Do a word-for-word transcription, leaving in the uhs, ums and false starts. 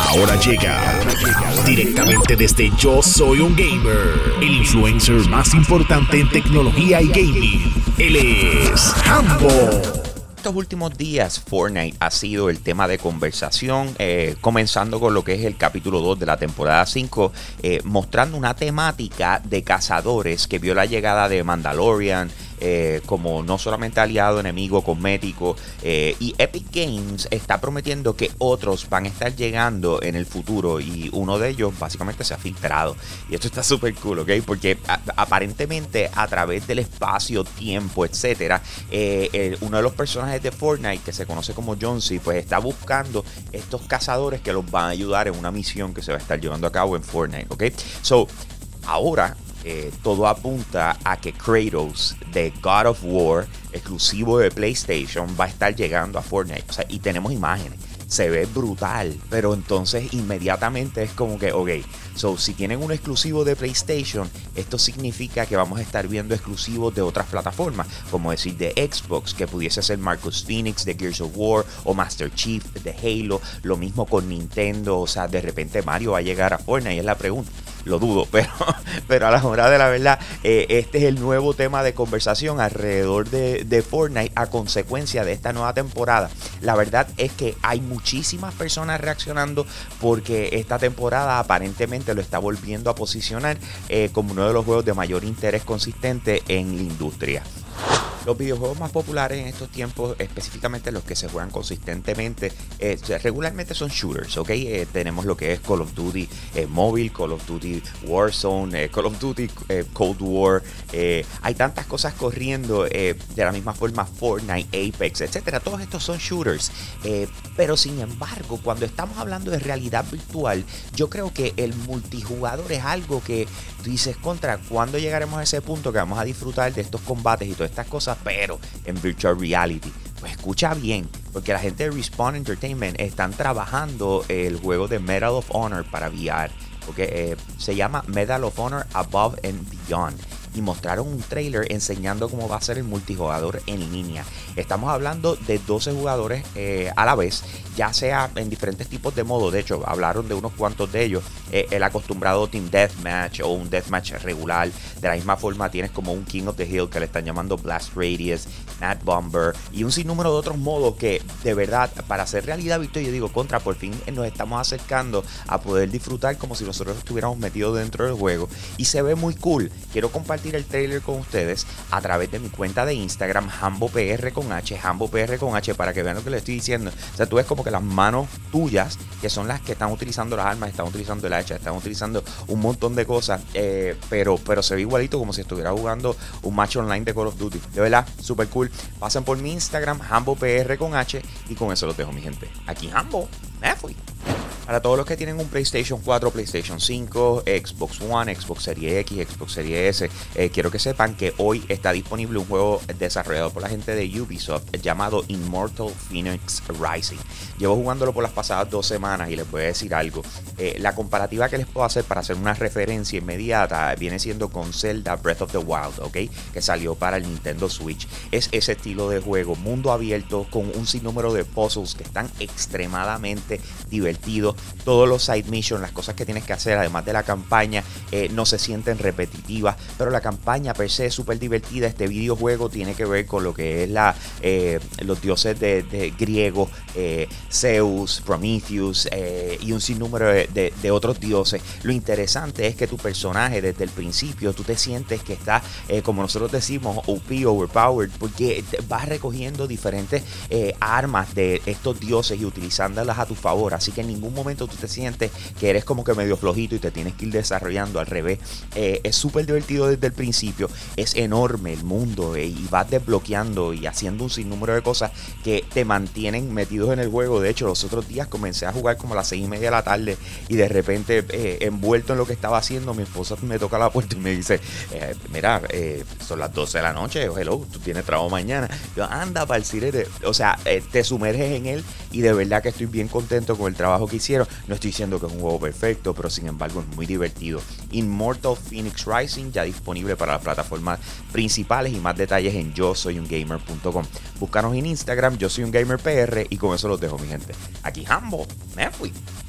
Ahora llega directamente desde Yo Soy un Gamer, el influencer más importante en tecnología y gaming. Él es Hambo. Estos últimos días Fortnite ha sido el tema de conversación, eh, comenzando con lo que es el capítulo dos de la temporada cinco, eh, mostrando una temática de cazadores que vio la llegada de Mandalorian eh, como no solamente aliado, enemigo, cosmético, eh, y Epic Games está prometiendo que otros van a estar llegando en el futuro y uno de ellos básicamente se ha filtrado y esto está súper cool, ¿ok? Porque a, aparentemente a través del espacio, tiempo, etcétera, eh, eh, uno de los personajes de Fortnite que se conoce como Jonesy pues está buscando estos cazadores que los van a ayudar en una misión que se va a estar llevando a cabo en Fortnite, ¿ok? So, ahora Eh, todo apunta a que Kratos de God of War, exclusivo de PlayStation, va a estar llegando a Fortnite. O sea, y tenemos imágenes. Se ve brutal, pero entonces inmediatamente es como que, ok, so si tienen un exclusivo de PlayStation, esto significa que vamos a estar viendo exclusivos de otras plataformas, como decir de Xbox, que pudiese ser Marcus Phoenix de Gears of War o Master Chief de Halo, lo mismo con Nintendo, o sea, de repente Mario va a llegar a Fortnite, y es la pregunta. Lo dudo, pero, pero a la hora de la verdad, eh, este es el nuevo tema de conversación alrededor de, de Fortnite a consecuencia de esta nueva temporada. La verdad es que hay muchísimas personas reaccionando porque esta temporada aparentemente lo está volviendo a posicionar eh, como uno de los juegos de mayor interés consistente en la industria. Los videojuegos más populares en estos tiempos, específicamente los que se juegan consistentemente, eh, regularmente son shooters, ¿ok? Eh, tenemos lo que es Call of Duty eh, Mobile, Call of Duty Warzone, eh, Call of Duty eh, Cold War. Eh, hay tantas cosas corriendo, eh, de la misma forma Fortnite, Apex, etcétera. Todos estos son shooters. Eh, pero sin embargo, cuando estamos hablando de realidad virtual, yo creo que el multijugador es algo que tú dices, contra, ¿cuándo llegaremos a ese punto que vamos a disfrutar de estos combates y todas estas cosas, pero en virtual reality? Pues escucha bien, porque la gente de Respawn Entertainment están trabajando el juego de Medal of Honor para V R, porque eh, se llama Medal of Honor Above and Beyond. Y mostraron un trailer enseñando cómo va a ser el multijugador en línea. Estamos hablando de doce jugadores eh, a la vez, ya sea en diferentes tipos de modos. De hecho, hablaron de unos cuantos de ellos. Eh, el acostumbrado Team Deathmatch o un Deathmatch regular. De la misma forma tienes como un King of the Hill que le están llamando Blast Radius, Mad Bomber y un sinnúmero de otros modos que de verdad para hacer realidad virtual, yo digo, contra, por fin nos estamos acercando a poder disfrutar como si nosotros estuviéramos metidos dentro del juego y se ve muy cool. Quiero compartir el trailer con ustedes a través de mi cuenta de Instagram, HamboPR con H, HamboPR con H, para que vean lo que les estoy diciendo. O sea, tú ves como que las manos tuyas, que son las que están utilizando las armas, están utilizando el hacha, están utilizando un montón de cosas, eh, pero, pero se ve igualito como si estuviera jugando un match online de Call of Duty. De verdad, súper cool. Pasen por mi Instagram, HamboPR con H, y con eso los dejo, mi gente. Aquí Hambo, me fui. Para todos los que tienen un PlayStation cuatro, PlayStation cinco, Xbox One, Xbox Series X, Xbox Series S, eh, quiero que sepan que hoy está disponible un juego desarrollado por la gente de Ubisoft llamado Immortal Phoenix Rising. Llevo jugándolo por las pasadas dos semanas y les voy a decir algo. Eh, la comparativa que les puedo hacer para hacer una referencia inmediata viene siendo con Zelda Breath of the Wild, ¿ok? Que salió para el Nintendo Switch. Es ese estilo de juego, mundo abierto, con un sinnúmero de puzzles que están extremadamente divertidos. Todos los side missions, las cosas que tienes que hacer, además de la campaña, eh, no se sienten repetitivas, pero la campaña per se es súper divertida. Este videojuego tiene que ver con lo que es la eh, los dioses de, de griegos, eh, Zeus, Prometheus eh, y un sinnúmero de, de, de otros dioses. Lo interesante es que tu personaje desde el principio tú te sientes que está, eh, como nosotros decimos, O P, overpowered, porque vas recogiendo diferentes eh, armas de estos dioses y utilizándolas a tu favor, así que en ningún momento tú te sientes que eres como que medio flojito y te tienes que ir desarrollando. Al revés, eh, es súper divertido desde el principio, es enorme el mundo eh, y vas desbloqueando y haciendo un sinnúmero de cosas que te mantienen metidos en el juego. De hecho, los otros días comencé a jugar como a las seis y media de la tarde y de repente eh, envuelto en lo que estaba haciendo, mi esposa me toca la puerta y me dice, eh, mira, eh, son las doce de la noche, hello, tú tienes trabajo mañana. Yo, anda para el cirete. O sea, eh, te sumerges en él y de verdad que estoy bien contento con el trabajo que hicieron. No estoy diciendo que es un juego perfecto, pero sin embargo es muy divertido. Immortal Phoenix Rising ya disponible para las plataformas principales y más detalles en yo soy un gamer punto com. Búscanos en Instagram, yo soy un gamer P R, y con eso los dejo, mi gente. Aquí Hambo, me fui.